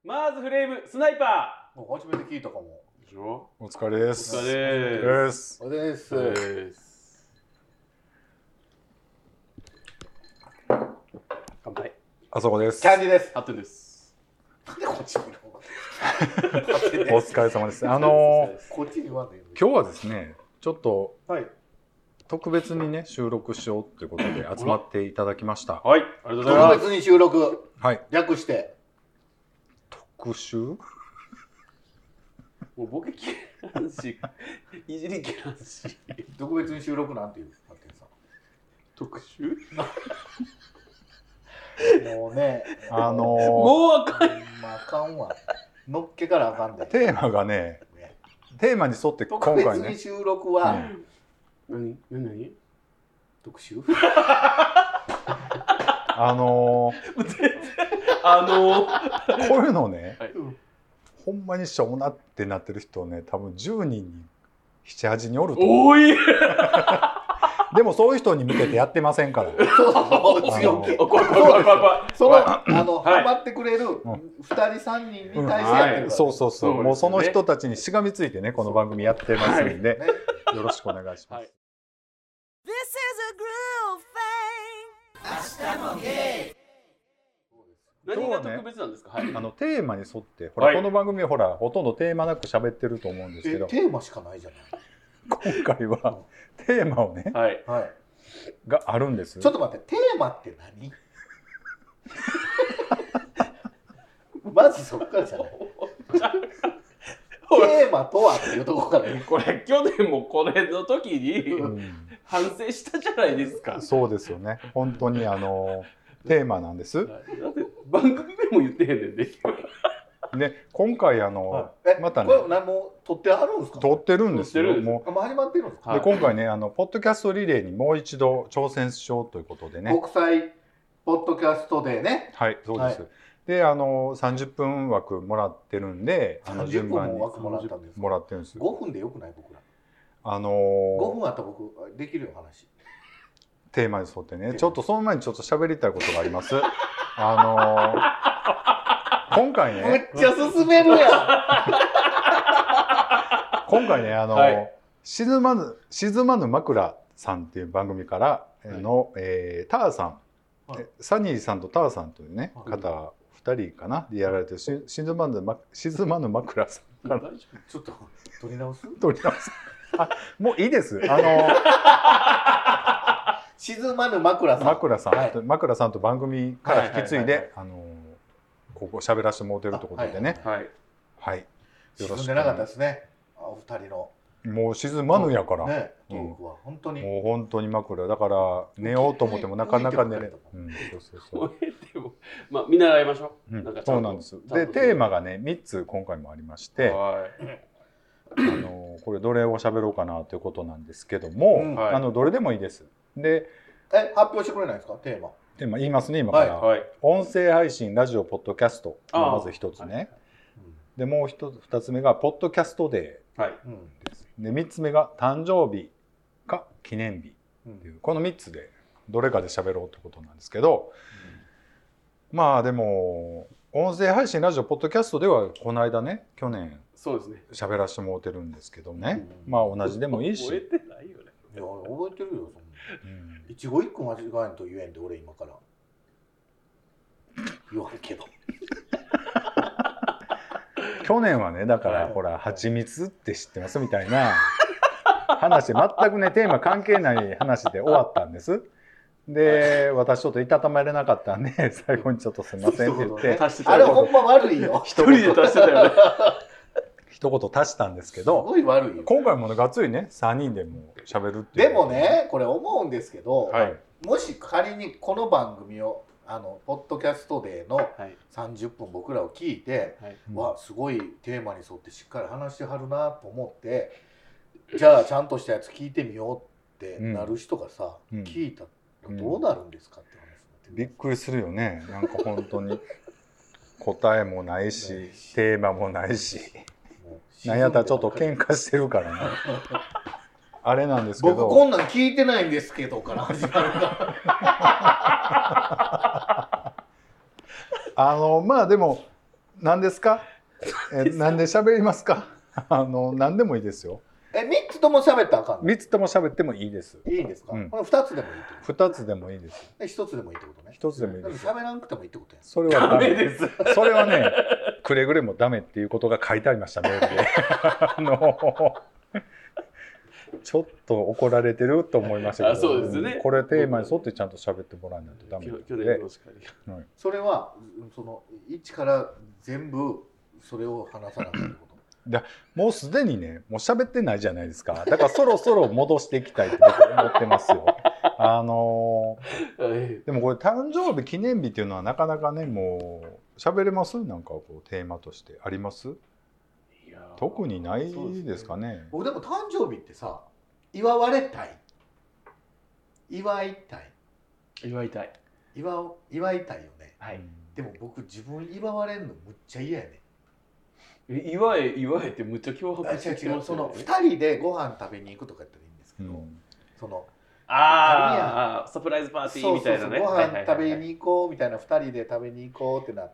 マーズフレームスナイパもう初めて聞いたかも。 ーでしょ。 お疲れです。 お疲れです。 おです。 乾杯。 あそこです。 キャンディーです。 ハットです。 なんでこっち見るお疲れ様です。 こっちに言わんでいいの。 今日はですね、ちょっとはい。 特別にね収録しようということで集まっていただきました。 はい、ありがとうございます。 特別に収録。 はい。 略して。 特集？ もうボケきらんし、いじりきらんし。 特別に収録なんていうハッテンさん。 特集？ もうね。 もうあかん。 まああかんわ。のっけからあかんで。 テーマがね、テーマに沿って今特別回ね。 に収録は。 何？ 特集？ こういうのね、 はい、 ほんまにしょうもなってなってる人ね、多分10人に7、8人おると思う。多い。 でもそういう人に向けてやってませんから。 そう強気。 怖い怖い怖い。 そのハマってくれる2人3人に対してやってる。 そうそうそう。もうその人たちにしがみついてねこの番組やってますんで、よろしくお願いします。 This is a groove thing. 明日もゲイ。 何が特別なんですか？はい。 テーマに沿ってほら、この番組はほらほとんどテーマなく喋ってると思うんですけど、 テーマしかないじゃない。 今回はテーマをね、 はいがあるんです。 ちょっと待って、テーマって何？まずそっからじゃない。テーマとはっていうところからね。 これ去年もこれの時に反省したじゃないですか。 そうですよね。本当にテーマなんです。 だって番組でも言ってへんねんで。 で今回またね、 これ何も撮ってあるんですか？ 撮ってるんですよ。 もう始まってるんですか？ で今回ねポッドキャストリレーにもう一度挑戦しようということでね。 国際ポッドキャストデーね。 はいそうです。で30分枠もらってるんで順番に枠もらったんです。 もらってるんです。 5分でよくない僕ら。5分あったら僕できるよ話。 テーマに沿ってね。ちょっとその前にちょっと喋りたいことがあります。今回ね。 めっちゃ進めるやん。 今回ね沈まぬ枕さんっていう番組からのターさん、サニーさんとターさんというね方2人かなでやられてる沈まぬ枕さんからちょっと取り直す？ もういいです。 沈まぬ枕さん。 枕さんと番組から引き継いでここ喋らせてもらってるということでね。はい。 沈んでなかったですね。お二人の。 もう沈まぬやから。 ね、トークは本当に。 もう本当に枕だから寝ようと思ってもなかなか寝れない。そう。 でもまあ見習いましょう。 そうなんです。でテーマがね3つ今回もありまして、これどれを喋ろうかなということなんですけども、どれでもいいです。で、 発表してくれないですかテーマ？ テーマ言いますね今から。音声配信ラジオポッドキャストがまず一つね。でもう2つ目がポッドキャストデーです。で3つ目が誕生日か記念日っていうこの3つでどれかで喋ろうってことなんですけど、まあでも音声配信ラジオポッドキャストではこの間ね去年喋らせてもらってるんですけどね、まあ同じでもいいし。 覚えてないよね。 いや覚えてるよそんな。一語一句間違えんと言えんで俺今から言わんけど。 去年はねだからほら蜂蜜って知ってますみたいな話全くねテーマ関係ない話で終わったんです。で私ちょっといたたまれなかったんで最後にちょっとすいませんって言ってあれほんま悪いよ。 一人で足してたよね。 一言足したんですけど、 すごい悪いよ。 今回もねがっつりね3人でも喋るっていう。 でもねこれ思うんですけど、もし仮にこの番組をポッドキャストデーの30分僕らを聞いて、わすごいテーマに沿ってしっかり話してはるなと思ってじゃあちゃんとしたやつ聞いてみようってなる人がさ、聞いたらどうなるんですかって話。 びっくりするよね。なんか本当に答えもないしテーマもないしなんやったらちょっと喧嘩してるからね。あれなんですけど僕こんなん聞いてないんですけどから始まるからまあでも何ですか？何で喋りますか？何でもいいですよ。 3つとも喋ったらあかんの ？3つとも喋ってもいいです。 いいんですか？ うん、 これ2つでもいいってこと？ 2つでもいいです。 1つでもいいってことね。 1つでもいいです。 喋らなくてもいいってことや。 それはダメです。 それはね、くれぐれもダメっていうことが書いてありましたメールで。ちょっと怒られてると思いましたけど、 そうですね、 これテーマに沿ってちゃんと喋ってもらわないとダメなので。 去年のしかり、 はい、それはその1から全部それを話さなかったってこと？ もうすでにね、もう喋ってないじゃないですか。だからそろそろ戻していきたいって僕思ってますよ。でもこれ誕生日記念日っていうのはなかなかね、もう喋れます？なんかこうテーマとしてあります？いや特にないですかね。 僕でも誕生日ってさ、祝われたい、祝いたい、 祝いたいよね。 はい。 でも僕自分祝われんのむっちゃ嫌やね。 祝えってむっちゃ脅迫してきますよね。 その2人でご飯食べに行くとかやったらいいんですけど、そのサプライズパーティーみたいなね。 ご飯食べに行こうみたいな、2人で食べに行こうってなって、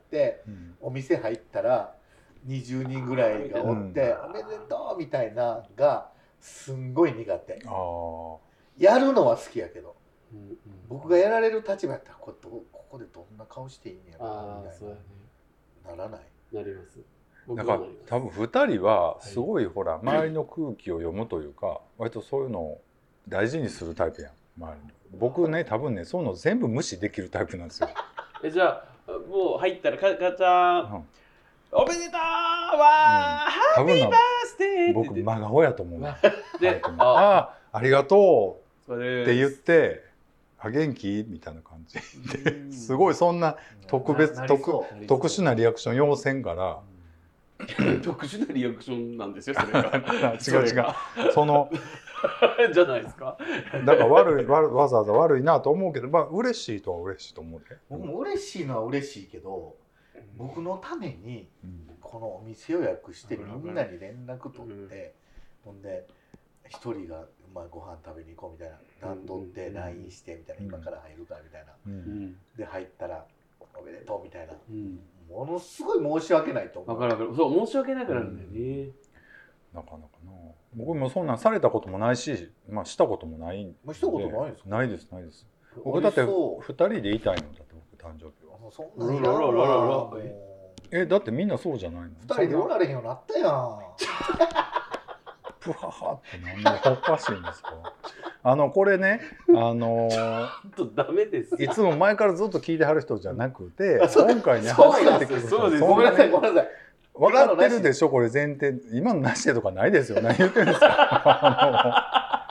お店入ったら20人ぐらいがおって、おめでとうみたいながすんごい苦手。やるのは好きやけど、僕がやられる立場やったらここでどんな顔していいんやろみたいな、ならない？ なります。 なんか多分2人はすごいほら周りの空気を読むというか、割とそういうのを大事にするタイプやん。周りの僕ね、多分ね、そういうの全部無視できるタイプなんですよ。 じゃあもう入ったらガチャン、おめでとうわー、ハッピーバースデー。 僕真顔やと思う。で、ありがとうって言って、元気みたいな感じですごいそんな特殊なリアクション要せんから。 特殊なリアクションなんですよ、それが。 違うそのじゃないですか。 だからわざわざ悪いなと思うけど、まあ嬉しいとは嬉しいと思うで。 僕も嬉しいのは嬉しいけど、僕のためにこのお店予約してみんなに連絡取って、ほんで一人がご飯食べに行こうみたいな、段取って LINE してみたいな、今から入るからみたいな、で入ったらおめでとうみたいな、ものすごい申し訳ないと思う。 分かる。そう申し訳なくなるんだよね。 なかなかな。僕もそんなんされたこともないし、まあしたこともないんで。 したことないですか？ ないです。僕だって2人でいたいのだって僕誕生日は。 そんなんいらんわ。 だってみんなそうじゃないの？2 人でおられへんようになったやん。 プハハってなんでおかしいんですか？これね、 ダメです。 いつも前からずっと聞いてはる人じゃなくて、今回ね、 初めて聞く人。ごめんなさい。 分かってるでしょ、これ前提。今のなしでとかないですよ。何言ってるんですか？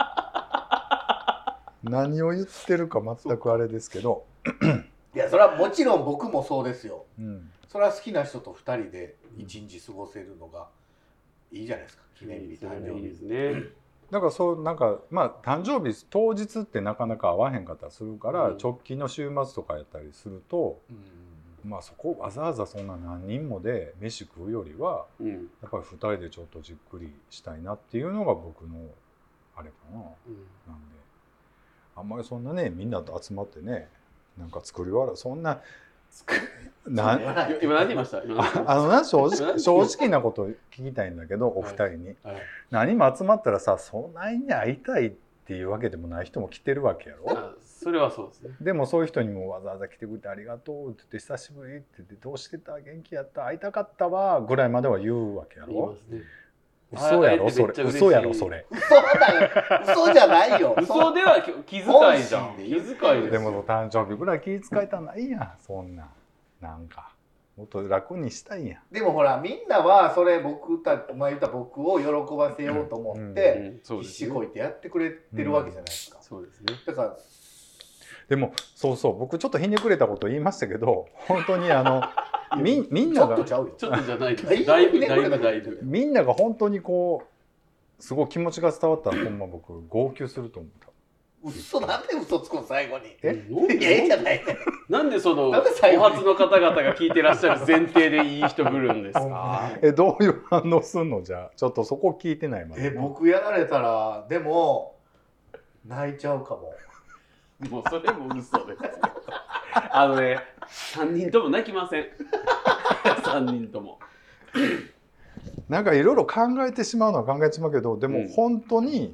何を言ってるか全くあれですけど。 いや、それはもちろん僕もそうですよ。それは好きな人と2人で1日過ごせるのがいいじゃないですか。記念日、誕生日ですね。 だからなんかまあ誕生日当日ってなかなか会わへんかったりするから、直近の週末とかやったりすると、まあそこわざわざそんな何人もで飯食うよりは、やっぱり2人でちょっとじっくりしたいなっていうのが僕のあれかな。なんであんまりそんなね、みんなと集まってね、なんか作り笑いそんな。 今何言いました？ 正直なこと聞きたいんだけど、お二人に、何も集まったらさ、そんなに会いたいっていうわけでもない人も来てるわけやろ。 それはそうですね。 でもそういう人にもわざわざ来てくれてありがとうって言って、久しぶりって言って、どうしてた？元気やった？会いたかったわぐらいまでは言うわけやろ。嘘やろそれ。嘘やろそれ。 嘘じゃないよ。 嘘では気遣いじゃん。気遣いでも誕生日ぐらい気遣いたないやん。そんななんかもっと楽にしたいやん。 でもほらみんなはそれ言った僕を喜ばせようと思って必死こいてやってくれてるわけじゃないですか。 そうですね。 だからでもそう僕ちょっとひねくれたこと言いましたけど、本当にみんながちょっとじゃないです。だいぶみんなが本当にこうすごい気持ちが伝わったら、ほんま僕号泣すると思った。 嘘、なんで嘘つくの最後に。いや、いいじゃない。 なんでそのお初の方々が聞いてらっしゃる前提でいい人来るんですか？ どういう反応すんの？じゃあちょっとそこ聞いてないまで。 僕やられたらでも泣いちゃうかも。 もうそれも嘘です。3人とも泣きません。 3人とも。 なんかいろいろ考えてしまうのは考えてしまうけど、でも本当に、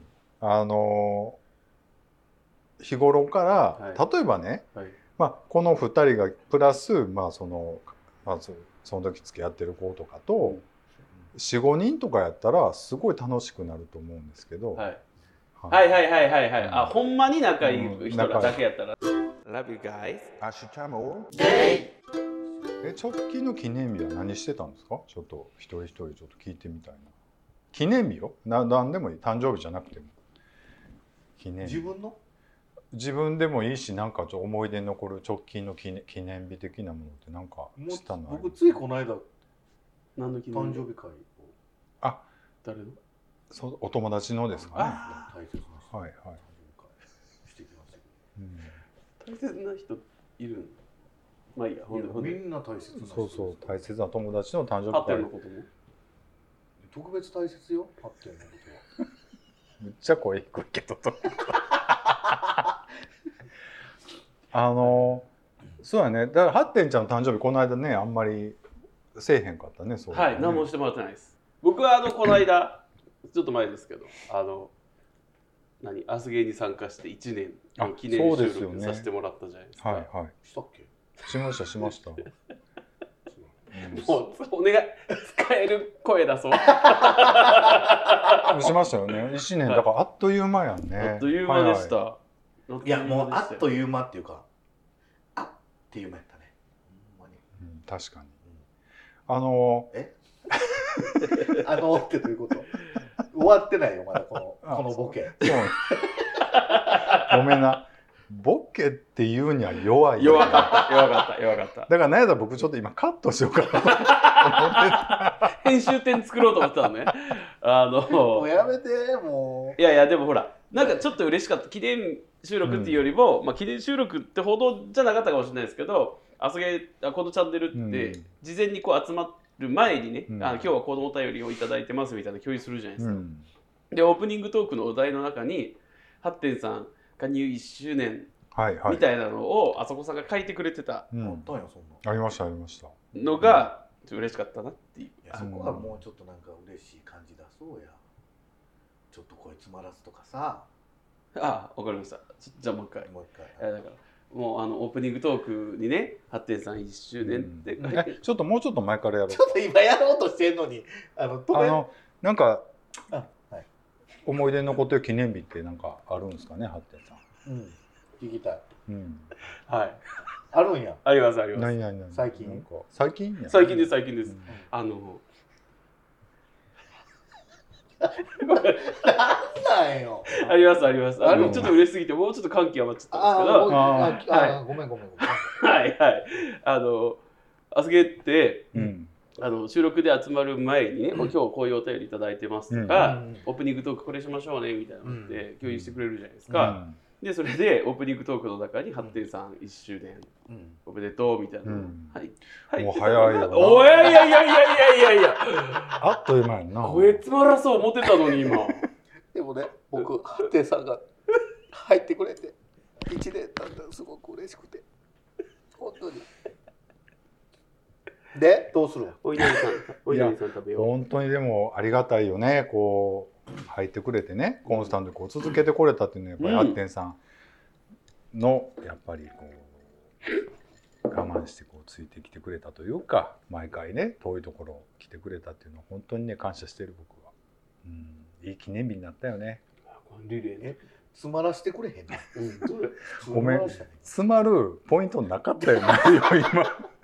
日頃から、例えばね、この2人がプラス、まずその時付き合ってる子とかと、4,5 人とかやったらすごい楽しくなると思うんですけど、 はいあ、ほんまに仲いい人らだけやったら。Love you guys。 直近の記念日は何してたんですか？ちょっと一人一人ちょっと聞いてみたいな。記念日よ。何でもいい。誕生日じゃなくても。記念日。自分でもいいし、なんかちょっと思い出に残る直近の記念日的なものってなんかしたの？ 僕ついこの間何の記念日？ 誕生日会を。 あ、誰の？ お友達のですかね。 大切な人。 はい。 してきましたけど。大切な人いる？まあいいや、 みんな大切な人。そう大切な友達の誕生日会。 ハッテンのことも特別大切よ、ハッテンのことは。 めっちゃ声低いけどそうやね。だからハッテンちゃんの誕生日この間ね、あんまりせえへんかったね。そうね。 はい、何もしてもらってないです。僕はこの間ちょっと前ですけど、アスゲーに参加して1年の記念収録させてもらったじゃないですか。 したっけ？ しました。 もうお願い、使える声出そう。 しましたよね。1年だからあっという間やんね。 あっという間でした。 いやもうあっという間っていうか、あっていう間やったね。ほんまに。 確かに。 ってどういうこと？終わってないよまだこのボケ。 ごめんな。ボケって言うには弱い。 弱かった。 だから何やったら僕ちょっと今カットしようかなと思って編集点作ろうと思ったのね。 もうやめてもう。いやでもほら、なんかちょっと嬉しかった。記念収録っていうよりも、記念収録ってほどじゃなかったかもしれないですけど、このチャンネルって事前に集まる前にね、今日はこのお便りをいただいてますみたいな共有するじゃないですか。でオープニングトークのお題の中にハッテンさん加入1周年みたいなのをあそこさんが書いてくれてた。 あったんやそんな。 ありました。 のが嬉しかったなっていう。 そこはもうちょっとなんか嬉しい感じ出そうや。ちょっと声詰まらすとかさ。 わかりました。じゃあもう一回。だからもうオープニングトークにね、ハッテンさん1周年って書いて。 ちょっともうちょっと前からやろう。 ちょっと今やろうとしてんのになんか思い出に残ってる記念日ってなんかあるんですかね、ハッテンさん。 聞きたい。 はい。 あるんや。 あります。 何最近です。 なんよ。 あります。ちょっと嬉しすぎてもうちょっと感極まっちゃったんですけど。 ごめん。 アスゲって収録で集まる前にね、今日こういうお便りいただいてますとか、オープニングトークこれしましょうねみたいなのって共有してくれるじゃないですか。でそれでオープニングトークの中にハッテンさん1周年おめでとうみたいな。 もう早いよな。 おいやあっという間やな。 声詰まらそう思ってたのに今。 でもね、僕ハッテンさんが入ってくれて1年経ったらすごく嬉しくて、本当に。でどうする？ お稲荷さん食べよう。 本当にでもありがたいよね。入ってくれてね、コンスタントに続けてこれたっていうのはやっぱりハッテンさんのやっぱり我慢してついてきてくれたというか、毎回ね遠いところ来てくれたっていうのは本当にね感謝してる僕は。いい記念日になったよね。 リレーね。 詰まらしてくれへんね。 ごめん、詰まるポイントなかったよね今。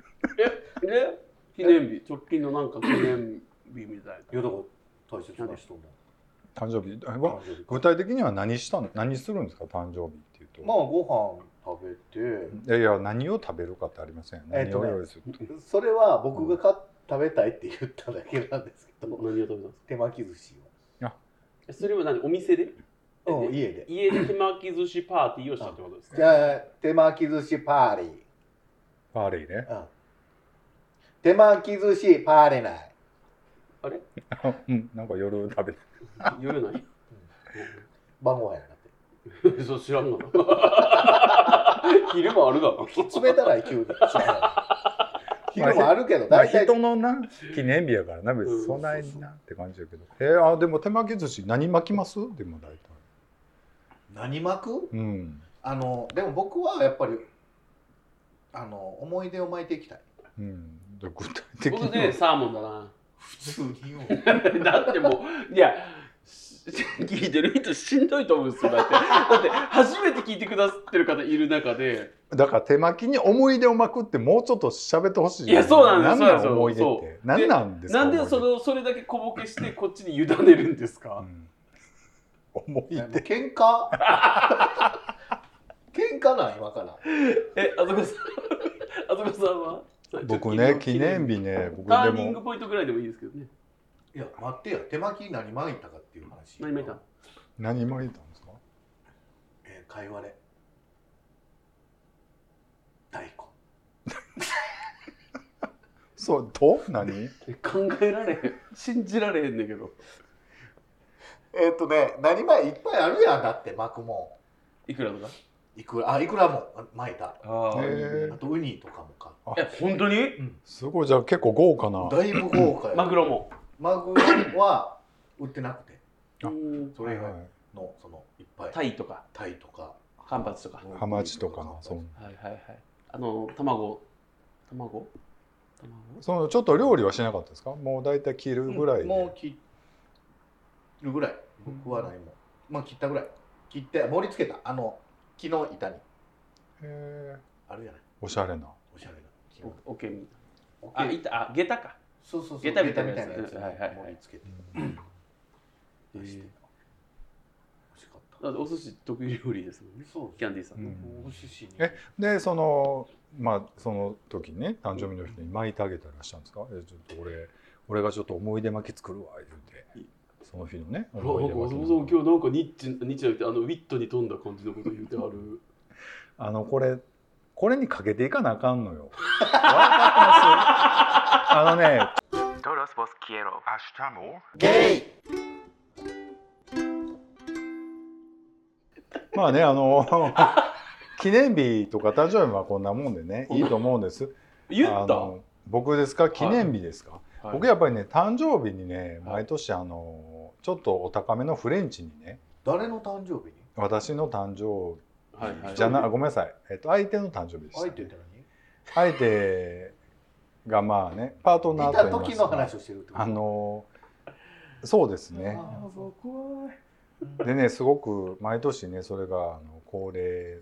記念日、直近のなんか記念日みたいな。 いやだから大切な人も。 誕生日具体的には何するんですか？誕生日っていうと。 ご飯食べて。 いや何を食べるかってありませんよね。 それは僕が食べたいって言っただけなんですけど。 何を食べたんですか？ 手巻き寿司を。それはお店で？ 家で手巻き寿司パーティーをしたってことですか？ じゃあ手巻き寿司パーリー。 パーリーね。 手巻き寿司パーレない。 あれ？ なんか夜食べて。 夜ない？ 晩ご飯やなって。そう知らんの。昼もあるが。 冷たない急に。 昼もあるけど、 大体人のな記念日やからな、別にそんなになって感じだけど。でも手巻き寿司何巻きます？でも大体。 何巻く？ うん。 でも僕はやっぱり思い出を巻いていきたい。 うん。具体的に。 僕ねサーモンだな。 普通に言う。 だってもういや。聞いてる人しんどいと思うんですよ。だって初めて聞いてくださってる方いる中で、 だから手巻きに思い出を巻くってもうちょっと喋ってほしい。 いやそうなんです。 何なん思い出って何なんですか。 なんでそれだけ小ボケしてこっちに委ねるんですか。 思い出喧嘩喧嘩なん今から。 あずこさんは？ 僕ね記念日ね僕でもターニングポイントぐらいでもいいですけどね。 いや待ってよ、手巻き何巻いたかっていう話。 何巻いたんですか？ かいわれ大根。 そうと何？ 考えられへん、信じられへんねんけど。 何巻いっぱいあるやん。だって巻くもんいくらとか？ いくらも巻いた。あとウニとかも買った。 本当に？ すごい。じゃあ結構豪華な。 だいぶ豪華や。 マグロも。 マグロは売ってなくて、それ以外のいっぱいタイとかカンパチとかハマチとかのはい卵ちょっと料理はしなかったですか？もうだいたい切るぐらいで。 もう切るぐらい。僕は何もまあ切ったぐらい。切って盛り付けた木の板にあるじゃない。 おしゃれなオケみたいな。板下駄か。 そう下駄みたいなやつ盛り付けて美味しかった。お寿司得意料理ですもんね。そうキャンディーさん。 お寿司にでその時にね誕生日の人に巻いてあげたりしたんですか？ちょっと俺がちょっと思い出巻き作るわ言うてその日のね。 今日なんかニッチじゃなくてウィットに富んだ感じのこと言うてある。 これにかけていかなあかんのよ。分かってます？ Todos vos quiero. ゲイ。まあね記念日とか誕生日はこんなもんでねいいと思うんです。 言った？ 僕ですか？記念日ですか？僕やっぱりね誕生日にね毎年ちょっとお高めのフレンチにね。 誰の誕生日に？ 私の誕生日じゃなごめんなさい。相手の誕生日でした。 相手って何？ 相手がまあねパートナーといた時の話をしてるってこと？ そうですね。でねすごく毎年ねそれが恒例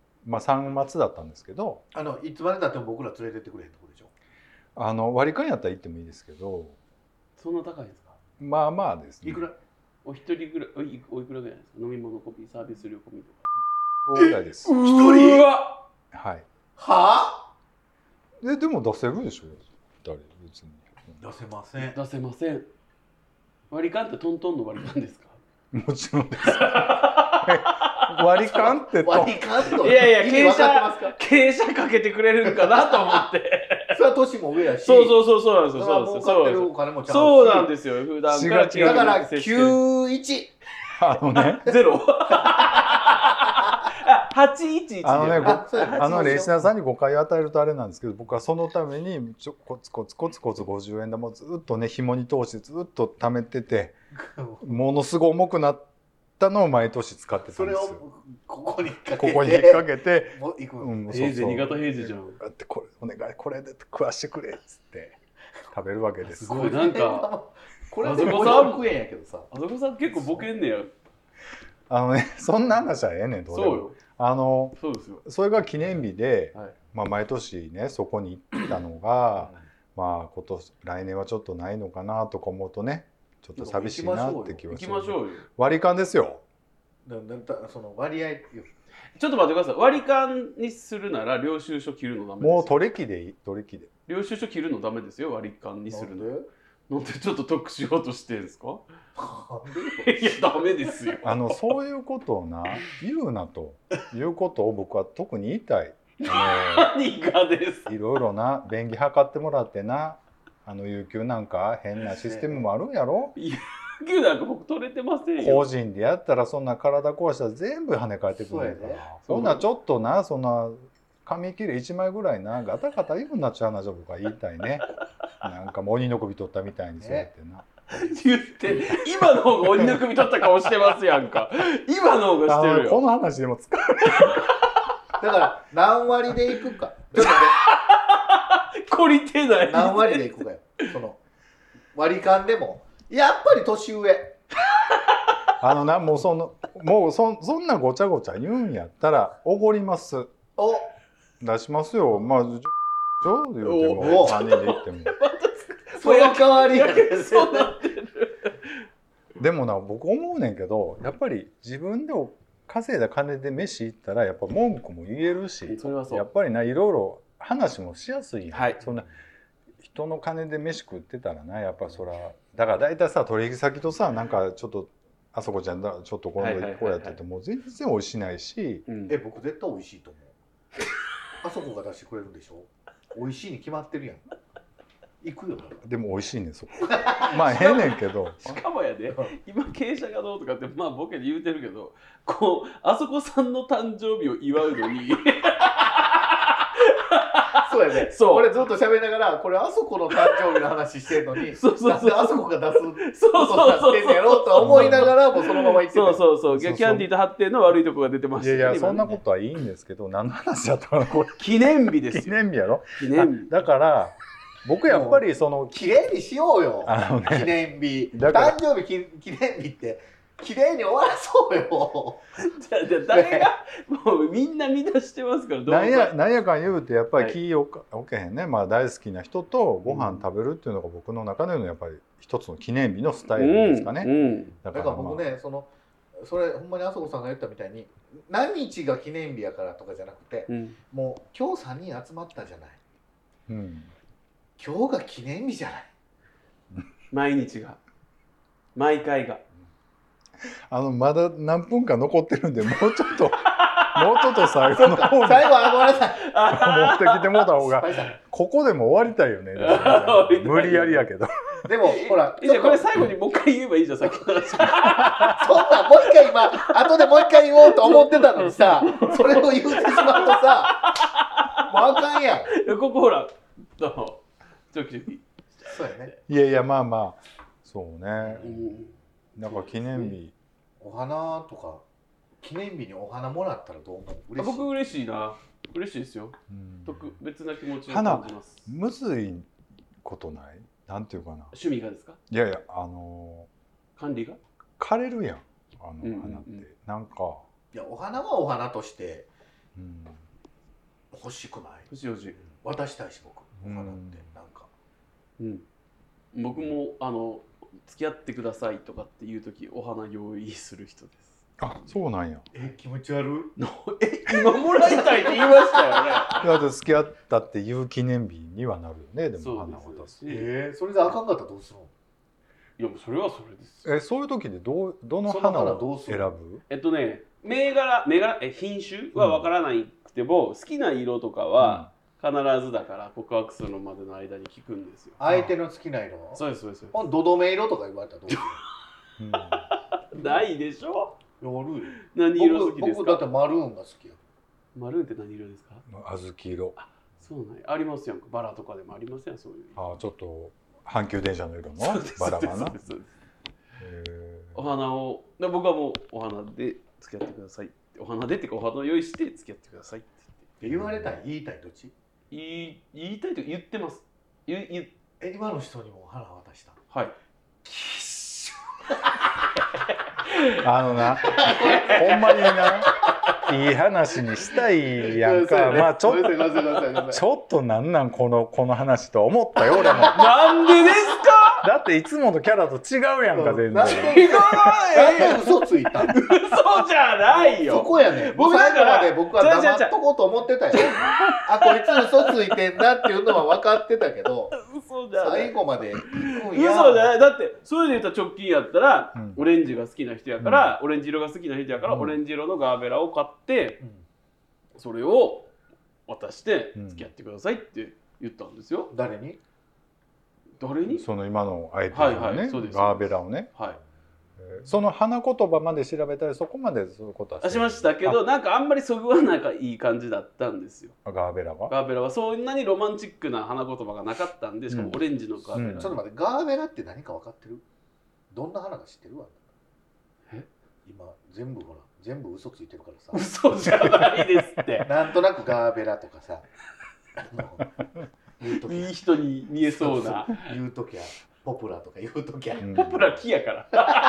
3月だったんですけどいつまでだっても僕ら連れてってくれへんとこでしょ。 割り勘やったら行ってもいいですけど。 そんな高いですか？ まあまあですね。 いくら？ お一人ぐらいおいくらぐらいですか？飲み物込みサービス料込みとか。 5ぐらいです。 一人？ はい。 はあ？でも出せるでしょ。誰別に。 出せません。 出せません。割り勘ってトントンの割り勘ですか？ もちろんです。割り勘って割り勘といや傾斜かけてくれるんかなと思って。 それは年も上やし。 そうなんですよ。そうなんですよ。普段からだから91。 ゼロ。811 リスナーさんに誤解を与えるとあれなんですけど僕はそのためにコツコツ50円玉をずっとね紐に通してずっと貯めててものすごい重くなったのを毎年使ってたんですよ。 それをここに引っ掛けて平時新潟平時じゃん。 これお願いこれで食わしてくれっつって食べるわけです。 すごいなんかこれで500円やけどさ。 あそこさん結構ボケんねや。 そんな話はええねんどうでも。 そうですよ。 それが記念日で、毎年ねそこに行ったのが来年はちょっとないのかなとか思うとねちょっと寂しいなって気はします。割り勘ですよ。 その割合よ。 ちょっと待ってください。割り勘にするなら領収書切るのダメですよ。 もう取り木でいい取り木で。 領収書切るのダメですよ割り勘にするの。なんでちょっと得しようとしてるんですか？いやダメですよ。 そういうことを言うなということを僕は特に言いたい。 何がですか？ いろいろな便宜測ってもらって有給なんか変なシステムもあるんやろ。 有給なんか僕取れてませんよ。 個人でやったらそんな体壊したら全部跳ね返ってくるんやから。そんなちょっとそんな紙切れ1枚ぐらいなガタガタ言うなっちゃう話を僕は言いたいね。なんか鬼の首取ったみたいにそうやってな。 言って今の方が鬼の首取った顔してますやんか。今の方がしてるよ。 この話でも使う。 だから何割でいくか。 懲りてない。 何割でいくかよ。その割り勘でもやっぱり年上。 もうそんなごちゃごちゃ言うんやったらおごります。 お出しますよ。まあ言うても何人で言っても。 その代わりそうなってる。 でもな僕思うねんけどやっぱり自分で稼いだ金で飯行ったらやっぱ文句も言えるし、 それはそう。 やっぱりないろいろ話もしやすいやん、 はい、 そんな人の金で飯食ってたらなやっぱそらだから大体さ取引先とさなんかちょっとあそこちゃんだちょっと今度行こうやっててもう全然美味しないし、 僕絶対美味しいと思う。あそこが出してくれるんでしょ。美味しいに決まってるやん。行くよ。 でも美味しいねんそこ。まあええねんけど。 しかもやで、今経営者がどうとかってまあボケで言うてるけど、こうあそこさんの誕生日を祝うのに。 そうやね。 そう。 俺ずっと喋りながらこれあそこの誕生日の話してんのに、 そうあそこが出すことになってんやろうと思いながらもそのまま言ってる。 そうキャンディーと発展の悪いとこが出てました。 いやそんなことはいいんですけど何の話だったかなこれ。 記念日ですよ。 記念日やろ。 記念日。 だから僕やっぱりその綺麗にしようよ。記念日。誕生日記念日って綺麗に終わらそうよ。 じゃあ誰がもうみんな見出してますから。 なんやかん言うてやっぱり気を置けへんね、まあ大好きな人とご飯食べるっていうのが僕の中でのやっぱり一つの記念日のスタイルですかね。 だから僕ねそれほんまにあそこさんが言ったみたいに何日が記念日やからとかじゃなくて、もう今日3人集まったじゃない。今日が記念日じゃない。 毎日が毎回が。 まだ何分か残ってるんでもうちょっと最後の方に最後はごめんなさい持ってきてもらった方がここでも終わりたいよね。無理やりやけど。 でもほらじゃあこれ最後にもう一回言えばいいじゃんさっきの話。 そんなもう一回今後でもう一回言おうと思ってたのにさそれを言うてしまうとさもうあかんやん。 ここほらどうもチョキチョキ。 そうやね。 いやまあそうね。なんか記念日お花とか記念日にお花もらったらどう思う？嬉しい？ 僕嬉しいな。嬉しいですよ。特別な気持ちを感じます。 むずいことない？なんていうかな。 趣味がですか？いや管理が？ 枯れるやん花ってなんか。 いやお花はお花として欲しくない？ 欲しい。 渡したいし僕お花ってなんか。 僕も付き合ってくださいとかっていう時お花用意する人です。 あ、そうなんや。 気持ち悪い。今もらいたいって言いましたよね。 だって付き合ったっていう記念日にはなるよね。でも花を渡す。 それであかんかったらどうするの？ いやもうそれはそれです。 そういう時でどの花を選ぶ？ 銘柄品種は分からなくても、好きな色とかは必ずだから告白するのまでの間に聞くんですよ。 相手の好きな色？ そうです。 どどめ色とか言われたらどうする？ないでしょ。 何色好きですか？ 僕だってマルーンが好きや。 マルーンって何色ですか？ 小豆色。 そうなんや。ありますやんか。バラとかでもありますやんそういう。 ちょっと阪急電車の色のバラがな。 お花を僕はもうお花で付き合ってください。お花でっていうかお花を用意して付き合ってくださいって言われたい言いたいどっち？ 言いたいと言ってます。 今の人にもお花渡した。 はい。 ほんまにないい話にしたいやんか。まあちょっとなんこの話と思ったよ俺も。 なんでですか？ だっていつものキャラと違うやんか全然。 なんで嘘ついた？ 嘘じゃないよ。 そこやね。僕だから僕は黙っとこうと思ってたよ。こいつ嘘ついてんなっていうのは分かってたけど。 嘘じゃない。 最後まで嘘じゃない。だってそれで言ったら直近やったら、オレンジが好きな人やから、オレンジ色が好きな人やから、オレンジ色のガーベラを買って、それを渡して付き合ってくださいって言ったんですよ。 誰に？ その今の相手のねガーベラをね。 その花言葉まで調べたりそこまでそういうことはしましたけど、なんかあんまりそぐわないかいい感じだったんですよ。 ガーベラはそんなにロマンチックな花言葉がなかったんで、しかもオレンジのガーベラ、 ちょっと待って、ガーベラって何か分かってる？どんな花か知ってるわ。今全部ほら全部嘘ついてるからさ。 嘘じゃないですってなんとなくガーベラとかさいい人に見えそうな言うときゃポプラとか言うときゃ、 ポプラ木やから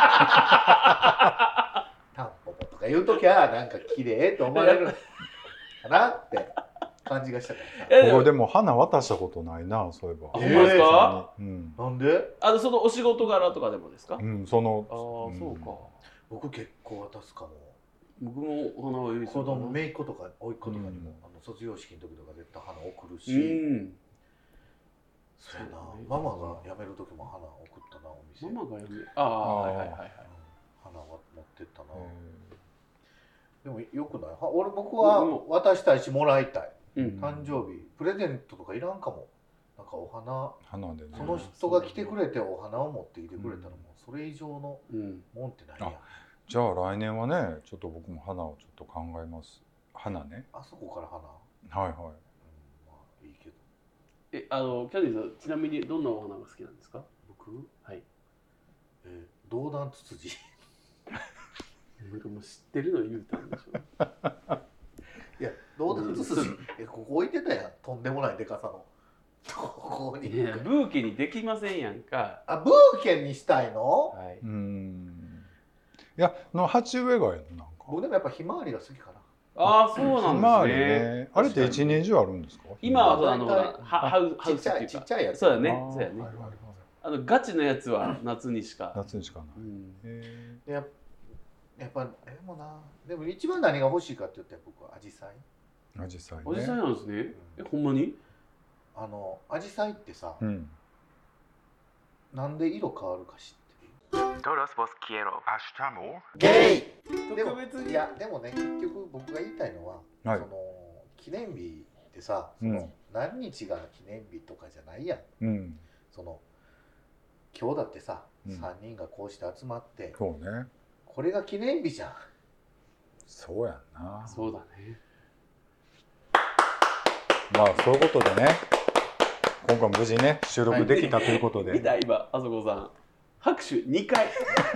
タンポポとか言うときゃなんか綺麗と思われるかなって感じがしたからさ。 これでも花渡したことないな、そういえば。 ほんまですか？ なんで？ そのお仕事柄とかでもですか？ そうか。 僕結構渡すかも。 僕もお花は用意する。 子供姪っ子とか甥っ子とかにも卒業式の時とか絶対花送るし。そうやな。ママが辞める時も花送ったな、お店。 ママが辞める。はいはいはいはい。 花は持ってったな。でもよくない？僕は渡したいしもらいたい。誕生日プレゼントとかいらんかも。なんかお花でね。その人が来てくれてお花を持ってきてくれたらもうそれ以上のもんってないやん。 じゃあ来年はね、ちょっと僕も花をちょっと考えます。花ね。 あそこから花。 はいはい。 まあいいけど。 キャディーさんちなみにどんなお花が好きなんですか？ 僕？ はい。 銅弾ツツジ。 僕も知ってるの言うたんでしょ。 いや銅弾ツツジここ置いてたやん、とんでもないでかさの。ここに。 ブーケにできませんやんか。 ブーケにしたいの？ はい。 いや鉢植えがいいのなんか。 僕でもやっぱひまわりが好きかな。 そうなんですね。 あれって一年中あるんですか？ 今はハウスっていうかちっちゃいやつ。 そうだね。そうやね。ガチのやつは夏にしかない。 やっぱでもな、でも一番何が欲しいかって言ったら僕はアジサイ。 アジサイね。 アジサイなんですね。ほんまに？ アジサイってさ、なんで色変わるか知ってる？Todos vos quiero. ゲイ。でもいやでもね、結局僕が言いたいのは、その記念日ってさ、その何日が記念日とかじゃないやん。その今日だってさ、3人がこうして集まって、 そうね。 これが記念日じゃん。 そうやんな。 そうだね。 まあそういうことでね、今回無事ね収録できたということで。 見た今あそこさん拍手2回。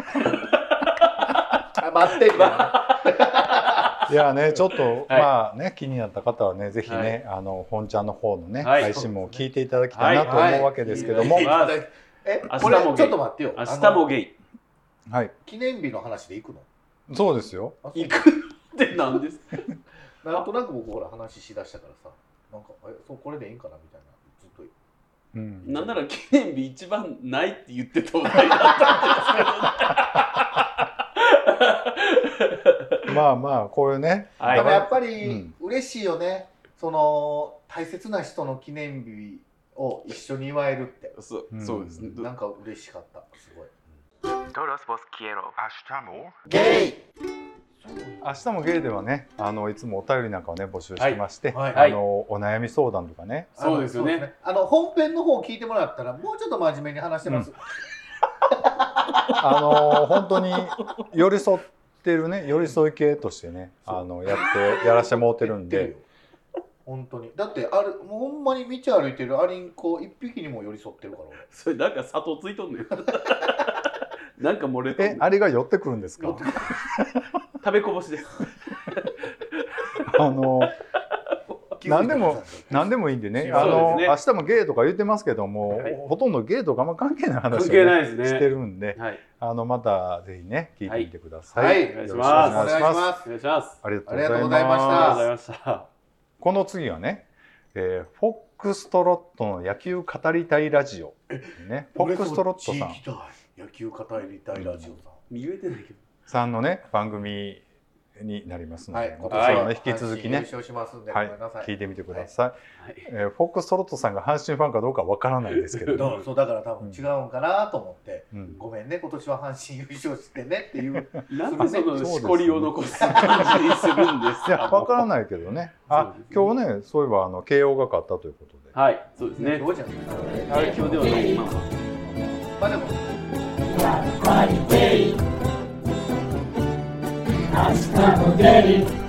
待ってる。 いやね、ちょっとまあね気になった方はねぜひね本ちゃんの方のね配信も聞いていただきたいなと思うわけですけども。 これちょっと待ってよ。 明日もゲイ。 はい。 記念日の話で行くの？ そうですよ。 行くってなんですか？ なんとなく僕ほら話しだしたからさ、なんかこれでいいんかなみたいなずっと。 なんなら記念日一番ないって言ってたお題だったんですけどね。 まあまあこういうね。 でもやっぱり嬉しいよね。その大切な人の記念日を一緒に祝えるって。 そうですね。 なんか嬉しかった。すごい。 Todos vos quiero. ゲイ。 明日もゲイではね、いつもお便りなんかをね募集してまして、お悩み相談とかね。 そうですよね。 本編の方を聞いてもらったらもうちょっと真面目に話してます。 本当に寄り添ってるね、寄り添い系としてね、やらしてもらってるんで。 本当にだってあれもうほんまに道歩いてるアリンコ一匹にも寄り添ってるから俺。 それなんか砂糖ついとんねん。なんか漏れてる。 アリが寄ってくるんですか？ 食べこぼしです。 何でもいいんでね。明日もゲイとか言ってますけども、ほとんどゲイとかあんま関係ない話をしてるんで、またぜひね聞いてみてください。 お願いします。 お願いします。 ありがとうございました。この次はね、フォックストロットの野球語りたいラジオね、フォックストロットさん、 野球語りたいラジオさん、 言えてないけどさんのね番組になりますので、今年はね引き続きね聞いてみてください。フォックストロットさんが阪神ファンかどうかわからないですけど、 そうだから多分違うんかなと思って、ごめんね今年は阪神優勝してねっていう。 なんでそのしこりを残す感じにするんですか？ いやわからないけどね。今日ねそういえば慶応が勝ったということで。 はい、そうですね。 今日じゃない。 今日ではない。 まあでも。 明日もゲイ